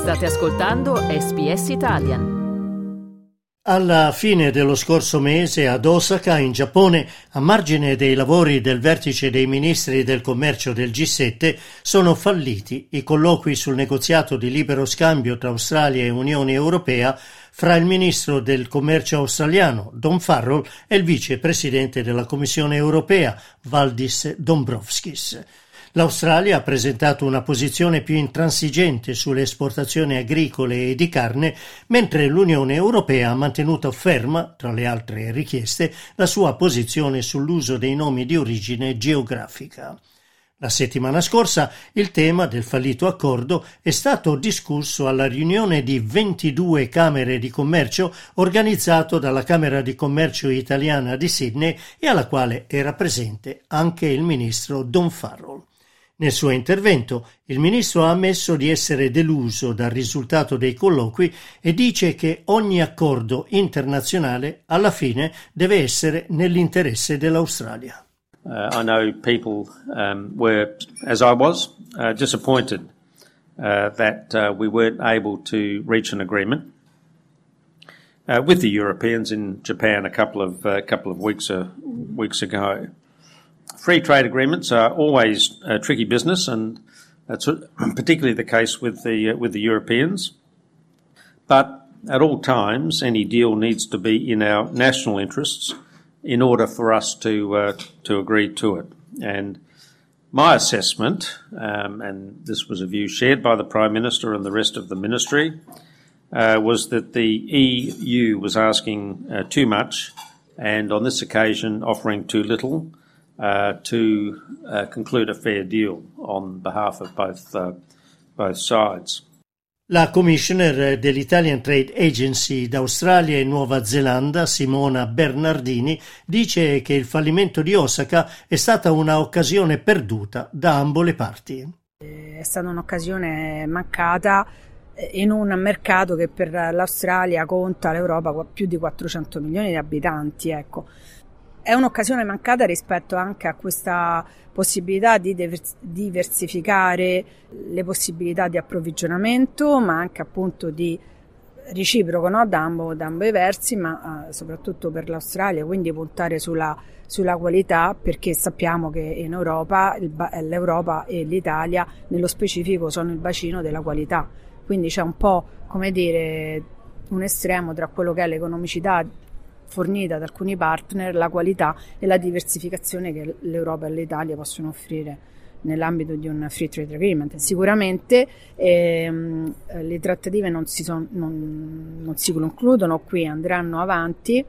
State ascoltando SBS Italian. Alla fine dello scorso mese ad Osaka, in Giappone, a margine dei lavori del vertice dei ministri del commercio del G7, sono falliti i colloqui sul negoziato di libero scambio tra Australia e Unione Europea fra il ministro del commercio australiano, Don Farrell, e il vicepresidente della Commissione Europea, Valdis Dombrovskis. L'Australia ha presentato una posizione più intransigente sulle esportazioni agricole e di carne, mentre l'Unione Europea ha mantenuto ferma, tra le altre richieste, la sua posizione sull'uso dei nomi di origine geografica. La settimana scorsa il tema del fallito accordo è stato discusso alla riunione di 22 Camere di Commercio organizzato dalla Camera di Commercio italiana di Sydney e alla quale era presente anche il ministro Don Farrell. Nel suo intervento il ministro ha ammesso di essere deluso dal risultato dei colloqui e dice che ogni accordo internazionale alla fine deve essere nell'interesse dell'Australia. I know people were, as I was, disappointed that we weren't able to reach an agreement with the Europeans in Japan a couple of weeks ago. Free trade agreements are always tricky business, and that's particularly the case with the Europeans. But at all times, any deal needs to be in our national interests in order for us to agree to it. And my assessment, and this was a view shared by the Prime Minister and the rest of the Ministry, was that the EU was asking too much, and on this occasion offering too little. To conclude a fair deal on behalf of both sides. La commissioner dell'Italian Trade Agency d'Australia e Nuova Zelanda, Simona Bernardini, dice che il fallimento di Osaka è stata una occasione perduta da ambo le parti. È stata un'occasione mancata in un mercato che per l'Australia conta l'Europa più di 400 milioni di abitanti, ecco. È un'occasione mancata rispetto anche a questa possibilità di diversificare le possibilità di approvvigionamento, ma anche appunto di reciproco, no? da ambo i versi, ma soprattutto per l'Australia, quindi puntare sulla qualità, perché sappiamo che in Europa l'Europa e l'Italia nello specifico sono il bacino della qualità, quindi c'è un po', come dire, un estremo tra quello che è l'economicità fornita da alcuni partner, la qualità e la diversificazione che l'Europa e l'Italia possono offrire nell'ambito di un free trade agreement. Sicuramente le trattative non si concludono qui, andranno avanti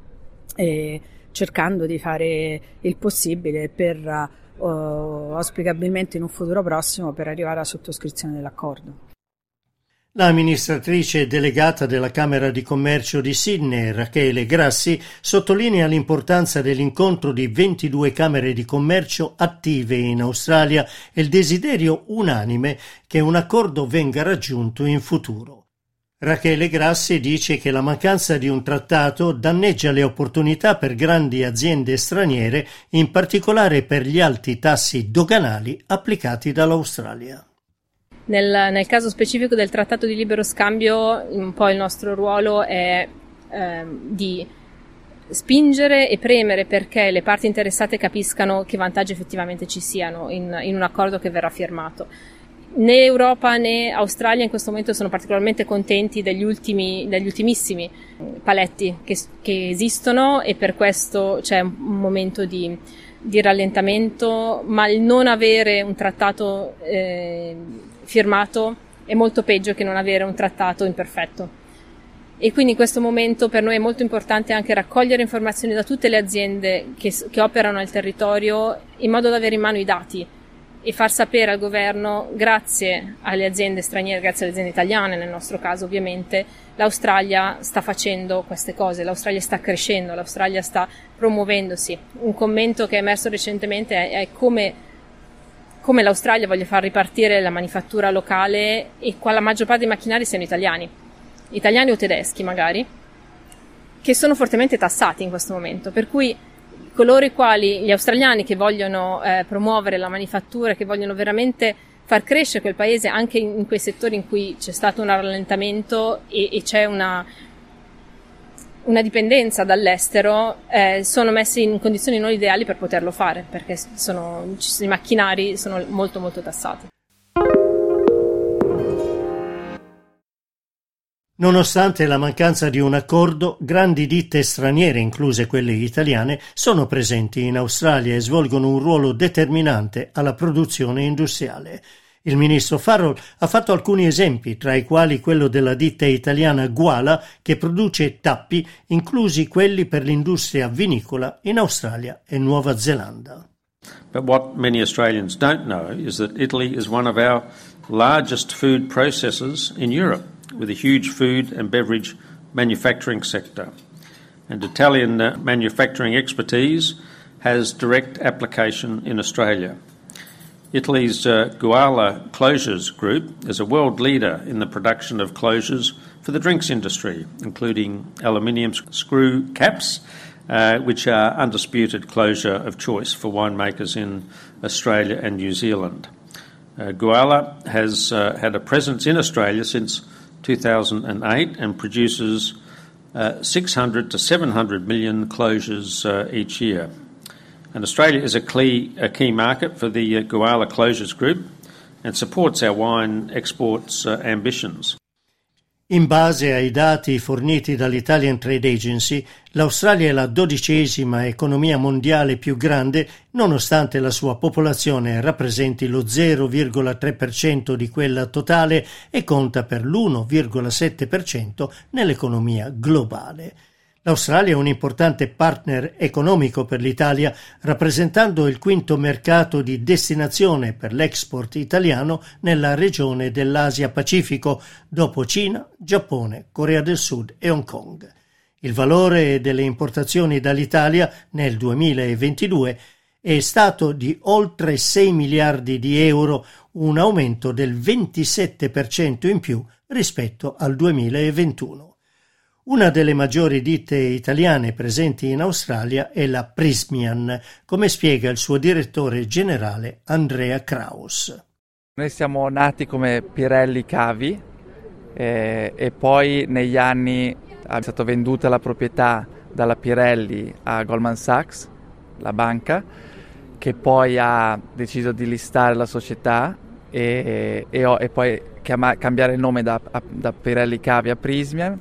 cercando di fare il possibile per auspicabilmente in un futuro prossimo per arrivare alla sottoscrizione dell'accordo. L'amministratrice delegata della Camera di Commercio di Sydney, Rachele Grassi, sottolinea l'importanza dell'incontro di 22 Camere di Commercio attive in Australia e il desiderio unanime che un accordo venga raggiunto in futuro. Rachele Grassi dice che la mancanza di un trattato danneggia le opportunità per grandi aziende straniere, in particolare per gli alti tassi doganali applicati dall'Australia. Nel caso specifico del trattato di libero scambio, un po' il nostro ruolo è di spingere e premere perché le parti interessate capiscano che vantaggi effettivamente ci siano in un accordo che verrà firmato. Né Europa né Australia in questo momento sono particolarmente contenti degli ultimissimi paletti che esistono, e per questo c'è un momento di rallentamento, ma il non avere un trattato firmato è molto peggio che non avere un trattato imperfetto. E quindi in questo momento per noi è molto importante anche raccogliere informazioni da tutte le aziende che operano nel territorio, in modo da avere in mano i dati e far sapere al governo, grazie alle aziende straniere, grazie alle aziende italiane nel nostro caso ovviamente, l'Australia sta facendo queste cose, l'Australia sta crescendo, l'Australia sta promuovendosi. Un commento che è emerso recentemente è come l'Australia voglia far ripartire la manifattura locale e qua la maggior parte dei macchinari siano italiani o tedeschi magari, che sono fortemente tassati in questo momento, per cui coloro i quali, gli australiani che vogliono promuovere la manifattura, che vogliono veramente far crescere quel paese anche in quei settori in cui c'è stato un rallentamento e c'è una dipendenza dall'estero, sono messi in condizioni non ideali per poterlo fare, perché i macchinari sono molto molto tassati. Nonostante la mancanza di un accordo, grandi ditte straniere, incluse quelle italiane, sono presenti in Australia e svolgono un ruolo determinante alla produzione industriale. Il ministro Farrell ha fatto alcuni esempi, tra i quali quello della ditta italiana Guala, che produce tappi, inclusi quelli per l'industria vinicola in Australia e Nuova Zelanda. But what many Australians don't know is that Italy is one of our largest food processors in Europe, with a huge food and beverage manufacturing sector. And Italian manufacturing expertise has direct application in Australia. Italy's Guala Closures Group is a world leader in the production of closures for the drinks industry, including aluminium screw caps, which are undisputed closure of choice for winemakers in Australia and New Zealand. Guala has had a presence in Australia since 2008 and produces 600 to 700 million closures each year. And Australia is a key market for the Guala Closures Group and supports our wine exports ambitions. In base ai dati forniti dall'Italian Trade Agency, l'Australia è la 12ª economia mondiale più grande, nonostante la sua popolazione rappresenti lo 0,3% di quella totale e conta per l'1,7% nell'economia globale. L'Australia è un importante partner economico per l'Italia, rappresentando il 5º mercato di destinazione per l'export italiano nella regione dell'Asia-Pacifico, dopo Cina, Giappone, Corea del Sud e Hong Kong. Il valore delle importazioni dall'Italia nel 2022 è stato di oltre 6 miliardi di euro, un aumento del 27% in più rispetto al 2021. Una delle maggiori ditte italiane presenti in Australia è la Prysmian, come spiega il suo direttore generale Andrea Kraus. Noi siamo nati come Pirelli Cavi e poi negli anni è stata venduta la proprietà dalla Pirelli a Goldman Sachs, la banca, che poi ha deciso di listare la società e poi cambiare il nome da Pirelli Cavi a Prysmian.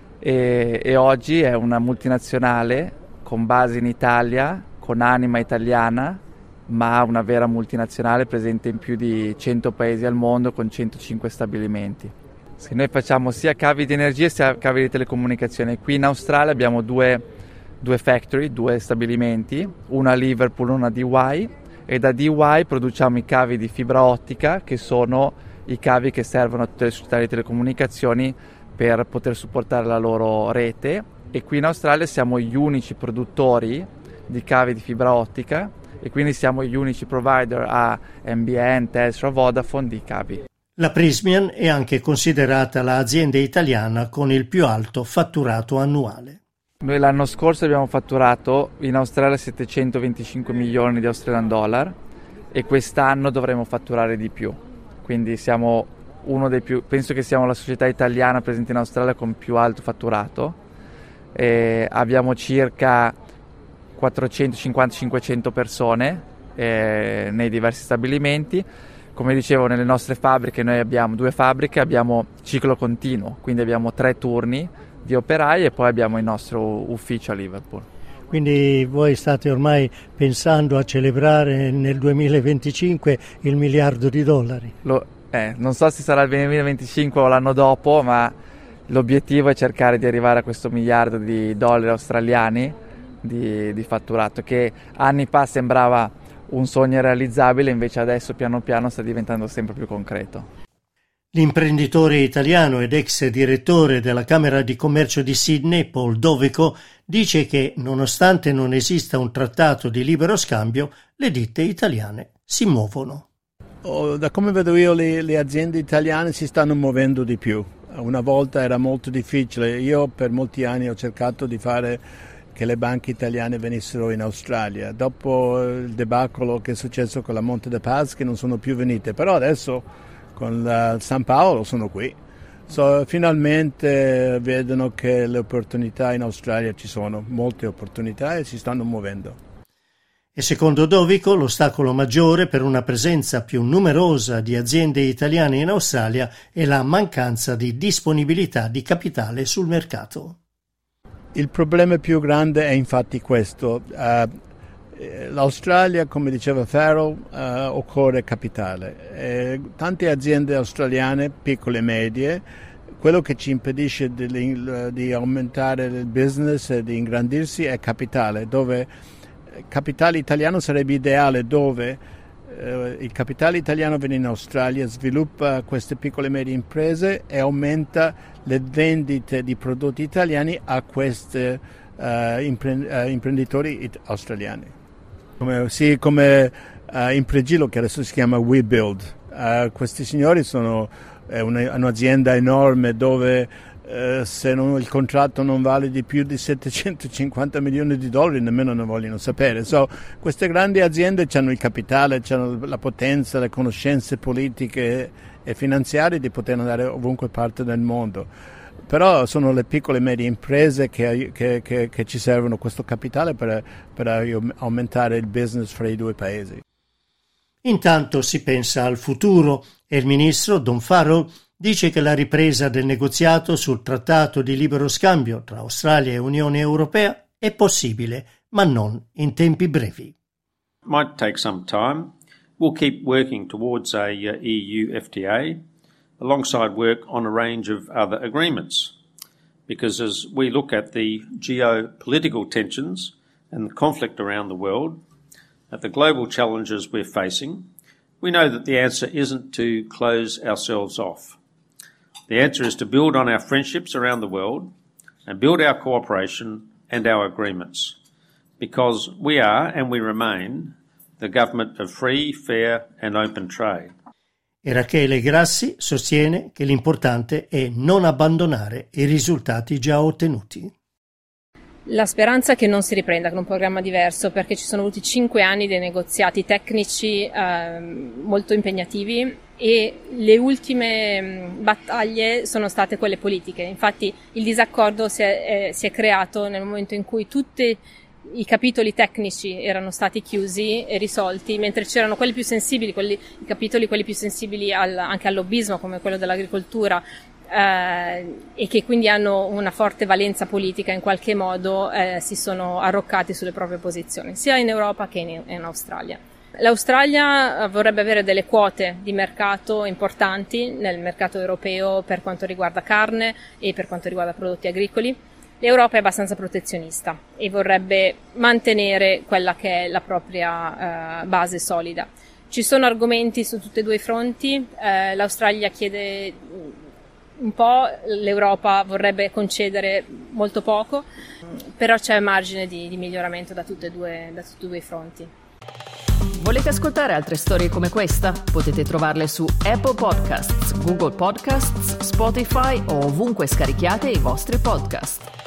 E oggi è una multinazionale con base in Italia, con anima italiana, ma una vera multinazionale presente in più di 100 paesi al mondo con 105 stabilimenti. Se noi facciamo sia cavi di energia sia cavi di telecomunicazione. Qui in Australia abbiamo due factory, 2 stabilimenti, una a Liverpool, una a DY, e da DY produciamo i cavi di fibra ottica, che sono i cavi che servono a tutte le società di telecomunicazioni per poter supportare la loro rete, e qui in Australia siamo gli unici produttori di cavi di fibra ottica e quindi siamo gli unici provider a NBN, Telstra, Vodafone di cavi. La Prysmian è anche considerata l'azienda italiana con il più alto fatturato annuale. Noi l'anno scorso abbiamo fatturato in Australia 725 milioni di Australian dollar e quest'anno dovremo fatturare di più, quindi siamo uno dei più, penso che siamo la società italiana presente in Australia con più alto fatturato. Abbiamo circa 450-500 persone nei diversi stabilimenti. Come dicevo, nelle nostre fabbriche noi abbiamo 2 fabbriche, abbiamo ciclo continuo, quindi abbiamo 3 turni di operai e poi abbiamo il nostro ufficio a Liverpool. Quindi voi state ormai pensando a celebrare nel 2025 il $1 miliardo? Non so se sarà il 2025 o l'anno dopo, ma l'obiettivo è cercare di arrivare a questo $1 miliardo australiani di fatturato, che anni fa sembrava un sogno irrealizzabile, invece adesso piano piano sta diventando sempre più concreto. L'imprenditore italiano ed ex direttore della Camera di Commercio di Sydney, Paul Dovico, dice che, nonostante non esista un trattato di libero scambio, le ditte italiane si muovono. Da come vedo io, le aziende italiane si stanno muovendo di più. Una volta era molto difficile. Io per molti anni ho cercato di fare che le banche italiane venissero in Australia. Dopo il debacolo che è successo con la Monte dei Paschi non sono più venite, però adesso con San Paolo sono qui. Finalmente vedono che le opportunità in Australia ci sono, molte opportunità, e si stanno muovendo. E secondo Dovico l'ostacolo maggiore per una presenza più numerosa di aziende italiane in Australia è la mancanza di disponibilità di capitale sul mercato. Il problema più grande è infatti questo. L'Australia, come diceva Farrell, occorre capitale. Tante aziende australiane, piccole e medie, quello che ci impedisce di aumentare il business e di ingrandirsi è capitale, dove capitale italiano sarebbe ideale, dove il capitale italiano viene in Australia, sviluppa queste piccole e medie imprese e aumenta le vendite di prodotti italiani a questi imprenditori australiani. Come in Pregillo, che adesso si chiama WeBuild. Questi signori sono un'azienda enorme dove se il contratto non vale di più di $750 milioni, nemmeno ne vogliono sapere. Queste grandi aziende hanno il capitale, hanno la potenza, le conoscenze politiche e finanziarie di poter andare ovunque parte del mondo. Però sono le piccole e medie imprese che ci servono questo capitale per aumentare il business fra i due paesi. Intanto si pensa al futuro e il ministro Don Farrell dice che la ripresa del negoziato sul trattato di libero scambio tra Australia e Unione Europea è possibile, ma non in tempi brevi. Might take some time. We'll keep working towards a EU FTA alongside work on a range of other agreements. Because as we look at the geopolitical tensions and the conflict around the world, at the global challenges we're facing, we know that the answer isn't to close ourselves off. The answer is to build on our friendships around the world and build our cooperation and our agreements, because we are and we remain the government of free, fair and open trade. E Rachele Grassi sostiene che l'importante è non abbandonare i risultati già ottenuti. La speranza è che non si riprenda con un programma diverso, perché ci sono voluti 5 anni di negoziati tecnici molto impegnativi e le ultime battaglie sono state quelle politiche. Infatti il disaccordo si è creato nel momento in cui tutti i capitoli tecnici erano stati chiusi e risolti, mentre c'erano quelli più sensibili, quelli più sensibili anche al lobbismo, come quello dell'agricoltura, e che quindi hanno una forte valenza politica, in qualche modo si sono arroccati sulle proprie posizioni, sia in Europa che in Australia. L'Australia vorrebbe avere delle quote di mercato importanti nel mercato europeo per quanto riguarda carne e per quanto riguarda prodotti agricoli. L'Europa è abbastanza protezionista e vorrebbe mantenere quella che è la propria base solida. Ci sono argomenti su tutti e due i fronti. L'Australia chiede un po', l'Europa vorrebbe concedere molto poco, però c'è margine di miglioramento da tutti e due i fronti. Volete ascoltare altre storie come questa? Potete trovarle su Apple Podcasts, Google Podcasts, Spotify o ovunque scarichiate i vostri podcast.